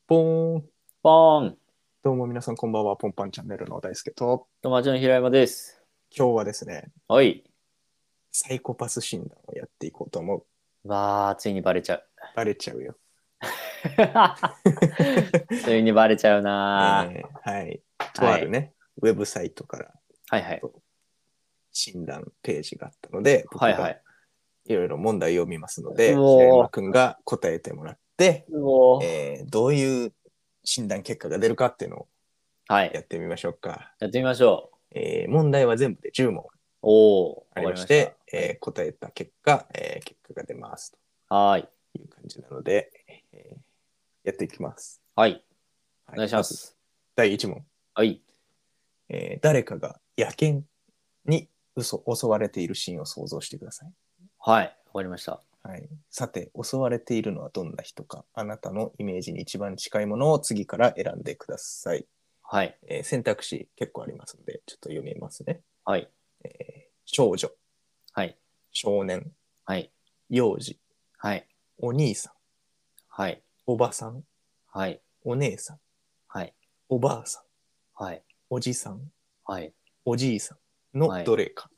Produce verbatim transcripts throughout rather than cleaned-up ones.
ポーン。 ポーン。 どうも皆さんこんばんは。ポンパンチャンネルの大輔と、 友達の平山です。 今日はですね、 はい。 サイコパス診断をやっていこうと思う。 わー、ついにバレちゃう。 バレちゃうよ。 ついにバレちゃうなえーはい。 ー。はい。 とあるね、ウェブサイトからはいはい。 診断ページがあったので、僕がはいはい。 いろいろ問題を見ますのうで、平山おくんが答えてもらって、 ー。うおー。 えーどういう診断結果が出るかっていうのをはい。 やってみましょうか。 やってみましょえー問題は全部でじゅう問う。おー。 あわりまして、 かりました。はえーい。 答えた結果、えー結果が出ますはーい。 という感じなので、えーやっていきます。 はい。 はい、 お願いしままずす。 だいいち問、 はい。 えー誰かが野犬に嘘襲われているシーンを想像してください。 はい。わかりました。 はい、さて、襲われているのはどんな人か、あなたのイメージに一番近いものを次から選んでください。 はい。 えー選択肢結構ありますので、ちょっと読みますね。 はい。 えー少女、 はい。 少年、 はい。 幼児、 はい。 お兄さん、 はい。 おばさん、 はい。 お姉さん、 はい。 おばあさん、 はい。 おじさん、 はい。 おじいさんのはい。 どれか。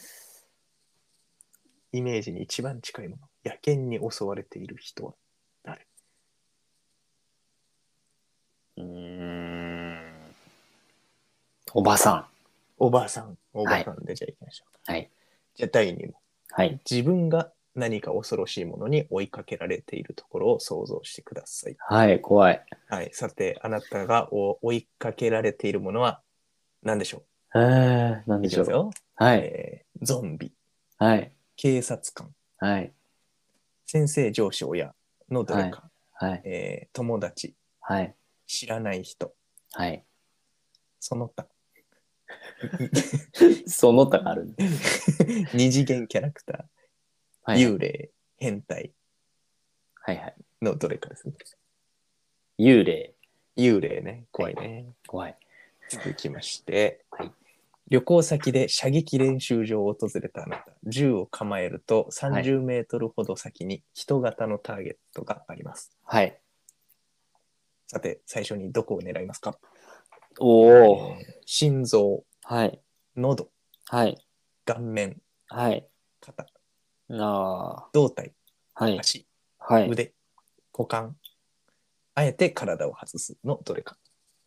イメージに一番近いもの。野犬に襲われている人は誰？ うーん。おばさん。 おばあさん。おばはい。 さんでじゃあ行きましょう。 はい。 じゃあだいに問。 はい。 自分が何か恐ろしいものに追いかけられているところを想像してください。 はい。怖い。 はい。さて、あなたが追いかけられているものは何でしょえー、なんう？ でしょう。 いきますよ。 はい。 えー、ゾンビ、 はい。 警察官、 はい。 先生、上司、親のどれはい。 か、 はい。 えー、友達、 はい。 知らない人、 はい。 その他。 その他があるんだ。 二次元キャラクター、 はいはい。 幽霊、変態はいはい。 のどれかですね。 幽霊。 幽霊ね、 はい。 怖いね。 怖い。 続きまして、 はい。 旅行先で射撃練習場を訪れたあなた、銃を構えると30 はい。 メートルほど先に人型のターゲットがあります。 はい。 さて、最初にどこを狙いますか？ おー。 えー心臓、 はい。 喉、 はい。 顔面、 はい。 肩、 あ胴体、 ー。はい。 足、 はい。 腕、股間、あえて体を外すのどれか。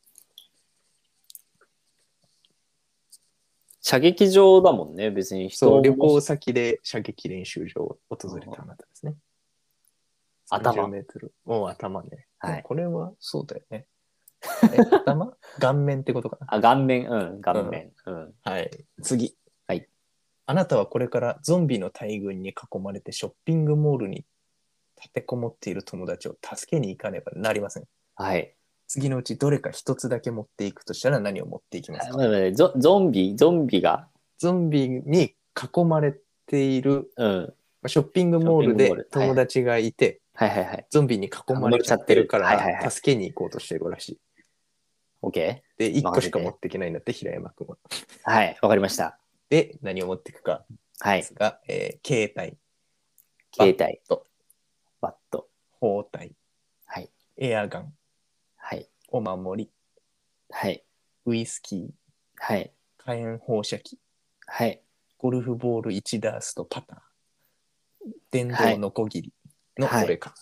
射撃場だもんね。別に人そう、旅をもし、 行先で射撃練習場を訪れたあなたですね。30メ頭。 ートル。もう頭ね。でもはい。 これはそうだよね。え、頭顔面ってことかあ、顔面。うん。顔な。うん。 面。うん。 はい。次。 はい。 あなたはこれからゾンビの大群に囲まれてショッピングモールに立てこもっている友達を助けに行かねばなりません。 はい。 次のうちどれか一つだけ持っていくとしたら何を持っていきますあ、 か？ 待って待ってゾ、ゾンビ、ゾンビが、 ゾンビに囲まれている、 うん。 ショッピングショッモールピングモール。はいはい。 で友達がいて、 はいはいはい。 ゾンビに囲ま囲まれちゃってるれちゃってる。 からはいはいはい。 助けに行こうとしてるらしい。 OK? で、いっこしか持っ任せて。 ていけないんだって、平山くんは。 はい。わかりました。 で、何を持っていくかはい。 ですが、えー携帯、バッ携帯、 ト、 バット。 包帯、 はい。 エアガン、 はい。 お守り、 はい。 ウイスキー、 はい。 火炎放射器、 はい。 ゴルフボールいちダースとパター、電動はい。 のこぎりのはい。 どれか。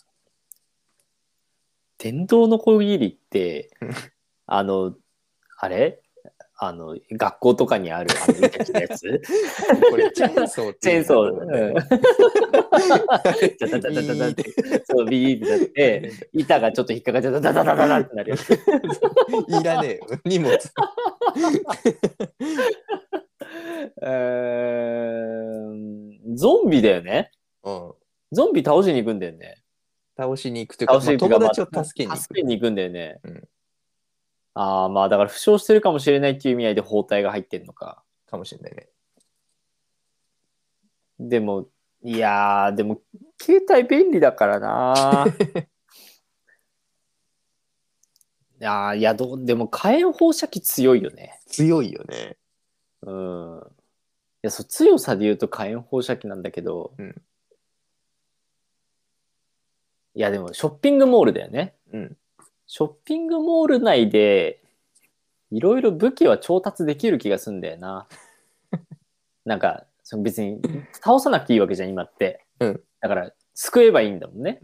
電動のこぎりって、あの、あれあの、学校とかにある、あの、板切るやつこれ、チェーンソーって意味だチェーンソー、 と思うんだよね。 うん。ダダダダダダって、そう、ビーってなっ大変て、 だ。 板がちょっと引っかかっちゃダダダダダダってなるやつ。 いらねえよ、荷物。 えー、ゾンビだよね。 うん、 ゾンビ倒しに行くんだよね。 倒しに行くというか、まあ、 倒しに行くか、ま友達をあ、 助けに行く。 助けに行くんだよね。 うん、 ああ、まあだから負傷してるかもしれないっていう意味合いで包帯が入ってんのか。 かもしれないね。 でも、いやー、でも、携帯便利だからな。いやー、いや、どう、でも火炎放射器強いよね。 強いよね。 うん。いや、そう、強さで言うと火炎放射器なんだけど、 うん。 いや、でも、ショッピングモールだよね。 うん。 ショッピングモール内でいろいろ武器は調達できる気がするんだよな。なんか、その別に倒さなくていいわけじゃん、今って。 うん。 だから、救えばいいんだもんね。 うん。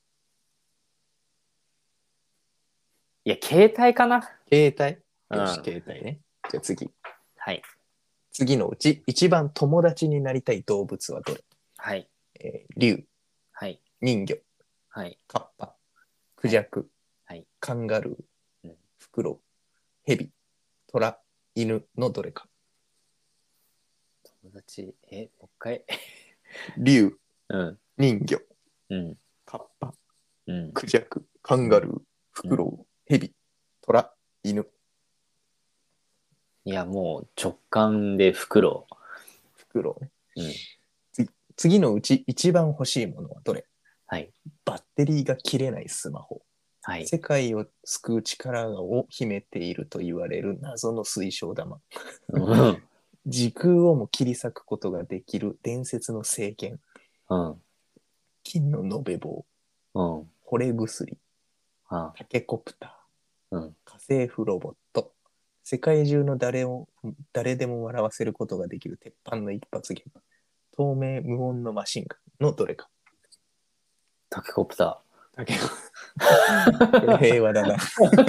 いや、携帯かな。 携帯よし、 うん。 携帯ね。じゃあ次。 はい。 次のうち、一番友達になりたい動物はどれ？ はい。 えー、竜、 はい。 人魚、 はい。 カッパ、クジャク、 はい。 カンガルー、 うんフクロウ、ヘビ、トラ、犬のどれか？ 友達、え、もう一回。 竜、 うん。 人魚、 うん。 カッパ、 うん。 クジャク、カンガルー、フクロウ、ヘビ、トラ、犬。 いや、もう直感で袋。 フクロウね。 うん。 次次のうち一番欲しいものはどれ？ はい。 バッテリーが切れないスマホ。 はい。 世界を救う力を秘めていると言われる謎の水晶玉。 うん。 時空をも切り裂くことができる伝説の聖剣。 うん。 金の延べ棒。 うん。 惚れ薬。 あタケコプタうん。 ー。家政婦ロボット。世界中の誰を誰でも笑わせることができる鉄板の一発芸。透明無音のマシンガンのどれか？ タケコプタタケコこれ平和だな。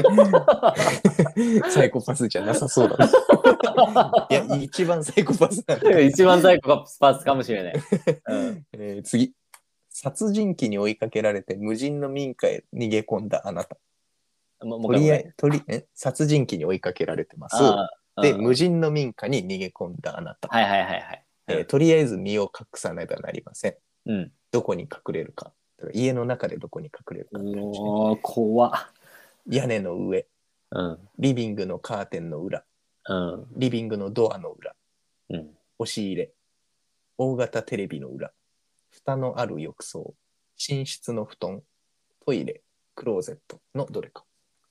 サイコパスじゃなさそうだな。いや、一番サイコパスなんだ。 ー。一番サイコパスかもしれない。うん。 えー次。殺人鬼に追いかけられて無人の民家へ逃げ込んだあなた。 ももとりあう一回もう一回。 えとりえ殺人鬼に追いかけられてます。 ああ、 で、 うんうん無人の民家に逃げ込んだあなた。 はいはいはいはい。 えーとりあえず身を隠さねばなりません。 うん。 どこに隠れるか。だから家の中でどこに隠れるかって話ね。 おー、怖っ。 屋根の上、 うん。 リビングのカーテンの裏、 うん。 リビングのドアの裏、 うん。 押し入れ、大型テレビの裏、蓋のある浴槽、寝室の布団、トイレ、クローゼットのどれか？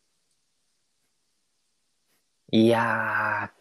いや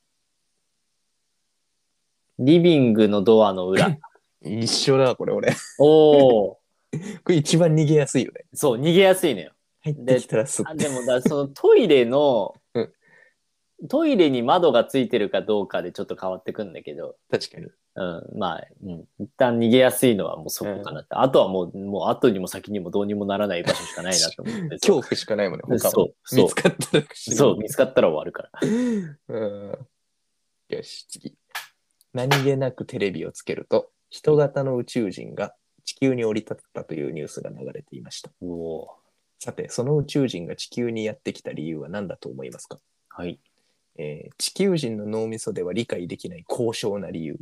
ー、リビングのドアの裏。 一緒だ、これ俺。 おー、 これ一番逃げやすいよね。 そう、逃げやすいのよ。 入ってきたらすっあ、 て。 でもだ、そのトイレの、 うんトイレに窓がついてるかどうかでちょっと変わってくんだけど、 確かに。 うん、まあ、うん、一旦逃げやすいのはもうそこかなって。あとはもう、もう後にも先にもどうにもならない場所しかないなと思って。 恐怖しかないもんね、他は。 そうそう見つかったら死ぬそう、見つかったら終わるから。 うんよし、次。何気なくテレビをつけると、人型の宇宙人が地球に降り立ったというニュースが流れていました。 おおさて、その宇宙人が地球にやってきた理由は何だと思いますか？ はい。 えー地球人の脳みそでは理解できない高尚な理由。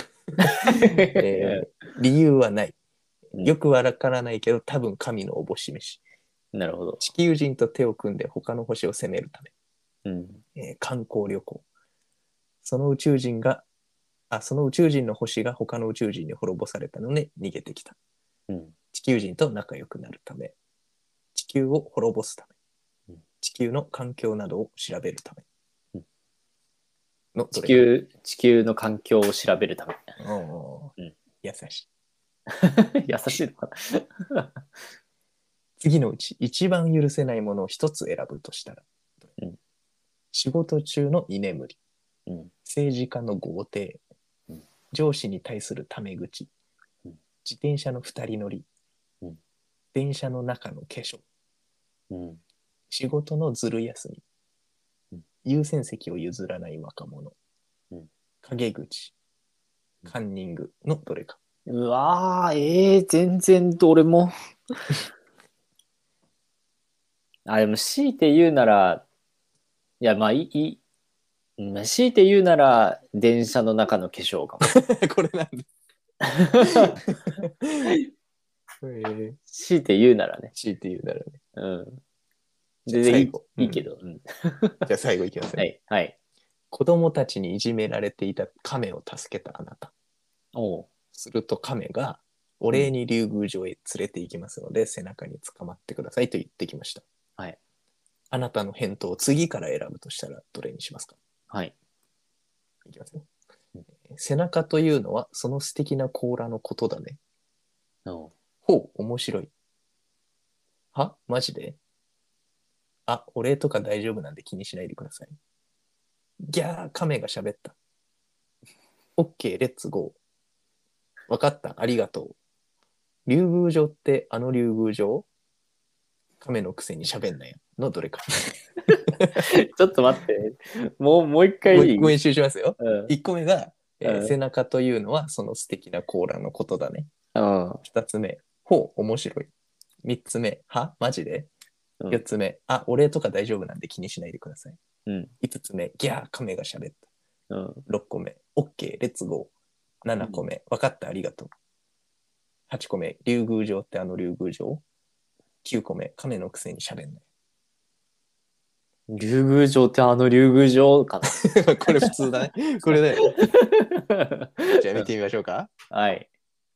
えー理由はない。よくわからないけど、多分神のおぼし飯。 なるほど。 地球人と手を組んで他の星を攻めるたうん。 め、えー観光旅行。その宇宙人が、あ、その宇宙人の星が他の宇宙人に滅ぼされたので逃げてきた。 うん。 地球人と仲良くなるため、地球を滅ぼすため、地球の環境などを調べるためのどれか？ 地球、地球の環境を調べるため。 おーうん優しい。 優しいのかな。 次のうち一番許せないものを一つ選ぶとしたら、 うん仕事中の居眠り、 うん政治家の豪邸、 うん上司に対するタメ口、 うん自転車の二人乗り、 うん電車の中の化粧、 うん仕事のずる休み、 うん優先席を譲らない若者、 うん陰口、カンニングのどれか？ うわー、えー、全然どれも。あ、でも強いて言うなら、いや、まあいい、いまあ強いて言うなら、電車の中の化粧かも。 これなんだ。えー、 強いて言うならね。 強いて言うならね。 うん。 じゃあ全然いい最後いいけど。うん。 じゃあ最後いきますね。 はい、はい。 子供たちにいじめられていた亀を助けたあなた。 おう。 すると亀が、お礼に竜宮城へ連れて行きますので、背中に捕まってくださいと言ってきました。 はい。 あなたの返答を次から選ぶとしたらどれにしますか？ はい。 いきますね。背中というのはその素敵な甲羅のことだね。 おう。 ほう、面白い。はマジで？ あ、お礼とか大丈夫なんで気にしないでください。ギャー、亀が喋った。オッケー、レッツゴー。わかった、ありがとう。竜宮城ってあの竜宮城？亀のくせに喋んなよ。のどれか。 ちょっと待って。もう、もう一回いい？ もう一個練習しますよ。 うん。 一個目が、えーうん背中というのはその素敵な甲羅のことだね。 うん二つ目、ほう、面白い。三つ目、はマジで？ うん四つ目、あ、お礼とか大丈夫なんで気にしないでください。 うん五つ目、ギャー、亀が喋った。 うん六個目、オッケー、レッツゴー。七個目、わかった、ありがとう。八個目、竜宮城ってあの竜宮城？九個目、亀のくせに喋んない。 竜宮城ってあの竜宮城かな。 これ普通だね。これだよね。じゃあ見てみましょうか。 はい。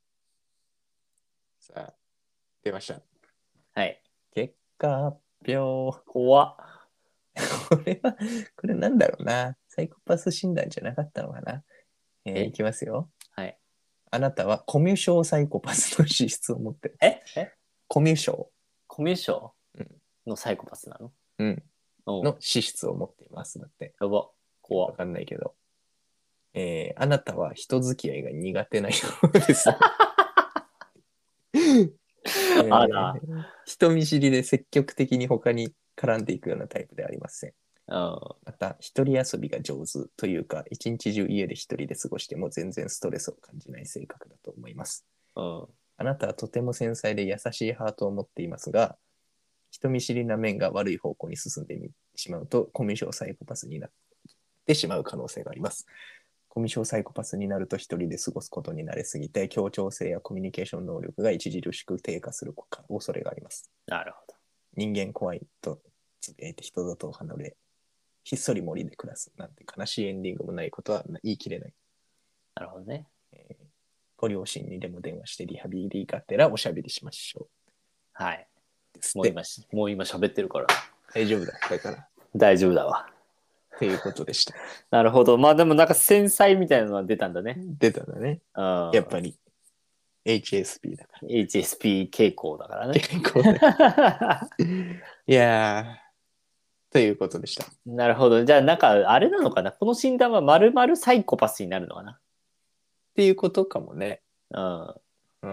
さあ、出ました。 はい。 結果発表。 怖っ。 これは、これなんだろうな。サイコパス診断じゃなかったのかな。えーえいきますよ。 はい。 あなたはコミュ障サイコパスの資質を持ってる。 ええコミュ障、 コミュ障うんのサイコパスなの？ うん、 うん。 の資質を持っています。だって。 やば。怖っ。 わかんないけど。えーあなたは人付き合いが苦手なようです。えーあら。 人見知りで積極的に他に絡んでいくようなタイプではありません。 うん。 また、一人遊びが上手というか、一日中家で一人で過ごしても全然ストレスを感じない性格だと思います。 うん。 あなたはとても繊細で優しいハートを持っていますが、人見知りな面が悪い方向に進んでしまうと、コミュ障サイコパスになってしまう可能性があります。コミュ障サイコパスになると一人で過ごすことに慣れすぎて、協調性やコミュニケーション能力が著しく低下する恐れがあります。 なるほど。 人間怖いとつぶやいて人里を離れ、ひっそり森で暮らすなんて悲しいエンディングもないことは言い切れない。 なるほどね。 えーご両親にでも電話してリハビリがてらおしゃべりしましょはい。 う。ですってもう今し、もう今喋ってるから。 大丈夫だ。だから。 大丈夫だわ。 っていうことでした。 なるほど。まあでもなんか繊細みたいなのは出たんだね。 出たんだね。 うん。 やっぱり エイチエスピー だから。 エイチエスピー 傾向だからね。 結構ね。いやー、ということでした。っなるほど。じゃあなんかあれなのかな。この診断は丸々サイコパスになるのかな。 ていうことかもね。 ううん。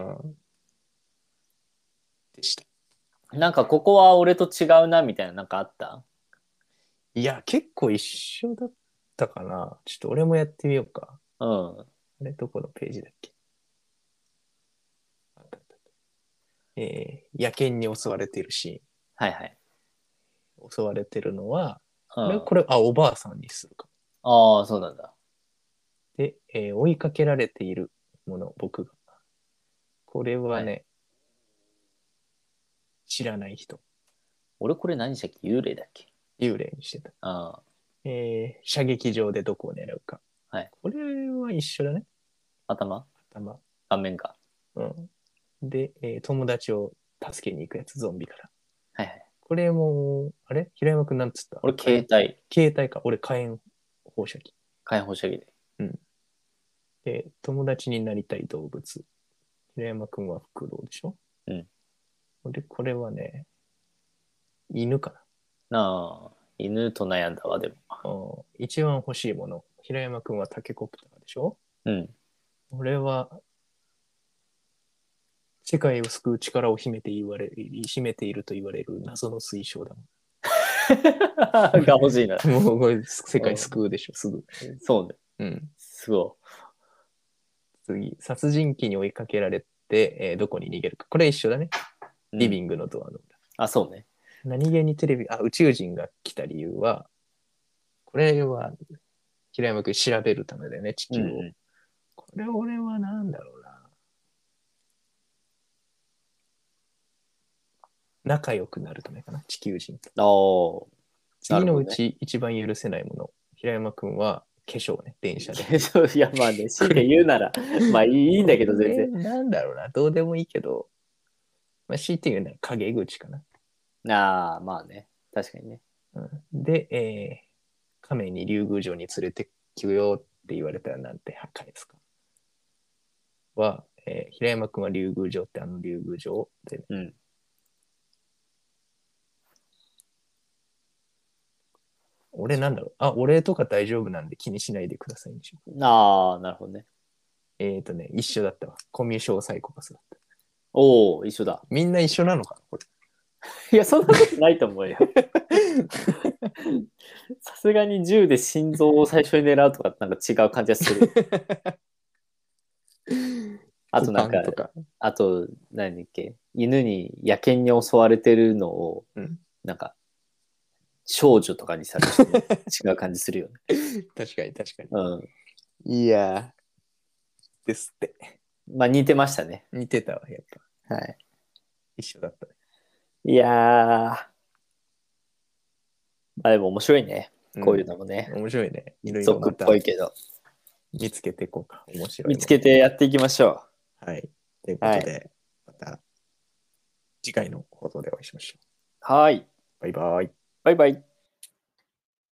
でした。 ん。なんかここは俺と違うなみたいななんかあった？ いや、結構一緒だったかな。ちょっと俺もやってみようか。 うん。 あれ、どこのページだっけ？あったあったあったえー、野犬に襲われているシはいはい。 ーン。襲われてるのは、 うん。 これ、これ、あ、おばあさんにするか。 ああ、そうなんだ。 で、えー追いかけられているもの、僕が。これはね、 は知らない人。 俺これ何したっけ？幽霊だっけ？ 幽霊にしてた。 あえー射撃場でどこを狙うか。 あ。はい。 これは一緒だね。 頭？ 頭。 顔面か。 うん。で、えー友達を助けに行くやつ、ゾンビから。 はいはい。 これも、あれ平山くんなんつった？ 俺携帯。 携帯か。俺火炎放射器。 火炎放射器で。 で、友達になりたい動物。平山くんはフクロウでしょ？ うん。 で、これはね、犬かなあ、犬と悩んだわ、でも。 な。うん一番欲しいもの。平山くんはタケコプターでしょ？ うん。 俺は、世界を救う力を秘めて言われ、秘めていると言われる謎の水晶だが欲しいな。 もん。もうこれ世界救うでしょ、すぐ。 そうね。 うん。 すご次、殺人鬼に追いかけられて、えーどこに逃げるか。これ一緒だね。 い。 リビング。 ングのドアの裏。 あ、そうね。 何気にテレビ、あ、宇宙人が来た理由は、これは平山くん調べるためだよね、地球を。 うんうんこれ俺はなんだろうな。仲良くなるためかな、地球人と。 おー。 次のうち一番許せないもの。平山くんは化粧ね、電車で。 そういや、まあね、強いて言うなら、まあいいんだけど、全然。 これなんだろうな、どうでもいいけど、まあ、強いて言うなら陰口かな。 ああ、まあね。確かにね。 うん、で、えー亀に竜宮城に連れてくよって言われたらなんて返すか。は、えー平山くんは竜宮城ってあの竜宮城で、ね、 うん。 俺なんだろう。あ、俺とか大丈夫なんで気にしないでくださいにしよう。 ああ、なるほどね。 えっ、ー、とね、一緒だったわ。コミュ障サイコパスだった。 おお、一緒だ。 みんな一緒なのかなこれ。 いや、そんなことないと思うよ。さすがに銃で心臓を最初に狙うとかなんか違う感じがする。あとなんか、 とかあと、何だっけ、犬に野犬に襲われてるのを、 うん、 なんか、少女とかにされる人も違う感じするよね。 確かに確かに。 うん。 いやー。ですって。 まあ似てましたね。 似てたわ、やっぱ。 はい。 一緒だったね。 いやー。まあでも面白いね。こういうのもね。 うん、面白いね。いろいろ俗っまたぽいけど。 見つけていこうか。面白いもの見つけてやっていきましょはい。ということで、また次回の放送でお会いしましょう。 う。はい。 バイバイ。 バイバイ。